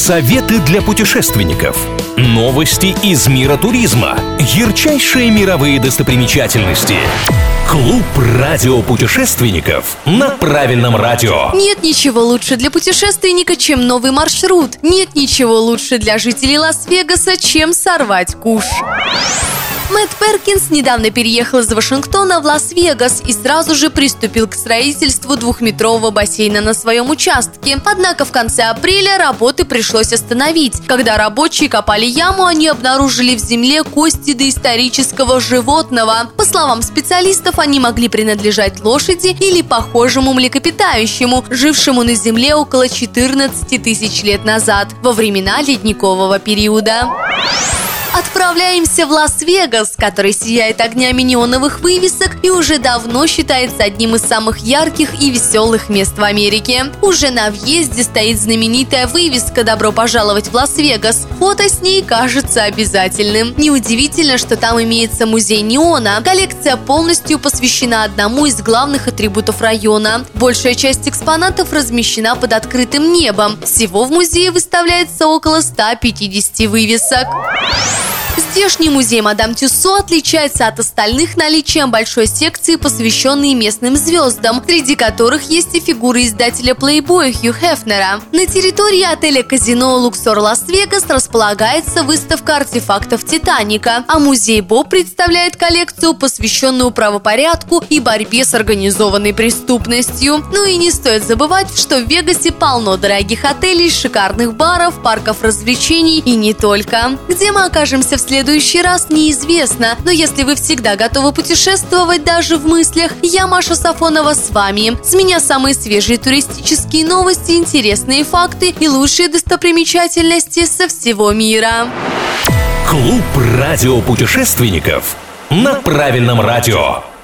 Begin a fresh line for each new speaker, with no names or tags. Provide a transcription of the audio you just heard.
Советы для путешественников. Новости из мира туризма. Ярчайшие мировые достопримечательности. Клуб радиопутешественников на правильном радио.
Нет ничего лучше для путешественника, чем новый маршрут. Нет ничего лучше для жителей Лас-Вегаса, чем сорвать куш. Мэтт Перкинс недавно переехал из Вашингтона в Лас-Вегас и сразу же приступил к строительству 2-метрового бассейна на своем участке. Однако в конце апреля работы пришлось остановить. Когда рабочие копали яму, они обнаружили в земле кости доисторического животного. По словам специалистов, они могли принадлежать лошади или похожему млекопитающему, жившему на земле около 14 тысяч лет назад, во времена ледникового периода. Отправляемся в Лас-Вегас, который сияет огнями неоновых вывесок и уже давно считается одним из самых ярких и веселых мест в Америке. Уже на въезде стоит знаменитая вывеска «Добро пожаловать в Лас-Вегас». Фото с ней кажется обязательным. Неудивительно, что там имеется музей неона. Коллекция полностью посвящена одному из главных атрибутов района. Большая часть экспонатов размещена под открытым небом. Всего в музее выставляется около 150 вывесок. Здешний музей Мадам Тюссо отличается от остальных наличием большой секции, посвященной местным звездам, среди которых есть и фигуры издателя Playboy Хью Хефнера. На территории отеля-казино «Луксор Лас-Вегас» располагается выставка артефактов «Титаника», а музей Боб представляет коллекцию, посвященную правопорядку и борьбе с организованной преступностью. Ну и не стоит забывать, что в Вегасе полно дорогих отелей, шикарных баров, парков развлечений и не только. Где мы окажемся в следующий раз, неизвестно, но если вы всегда готовы путешествовать даже в мыслях, я, Маша Сафонова, с вами. С меня самые свежие туристические новости, интересные факты и лучшие достопримечательности со всего мира.
Клуб радиопутешественников на правильном радио.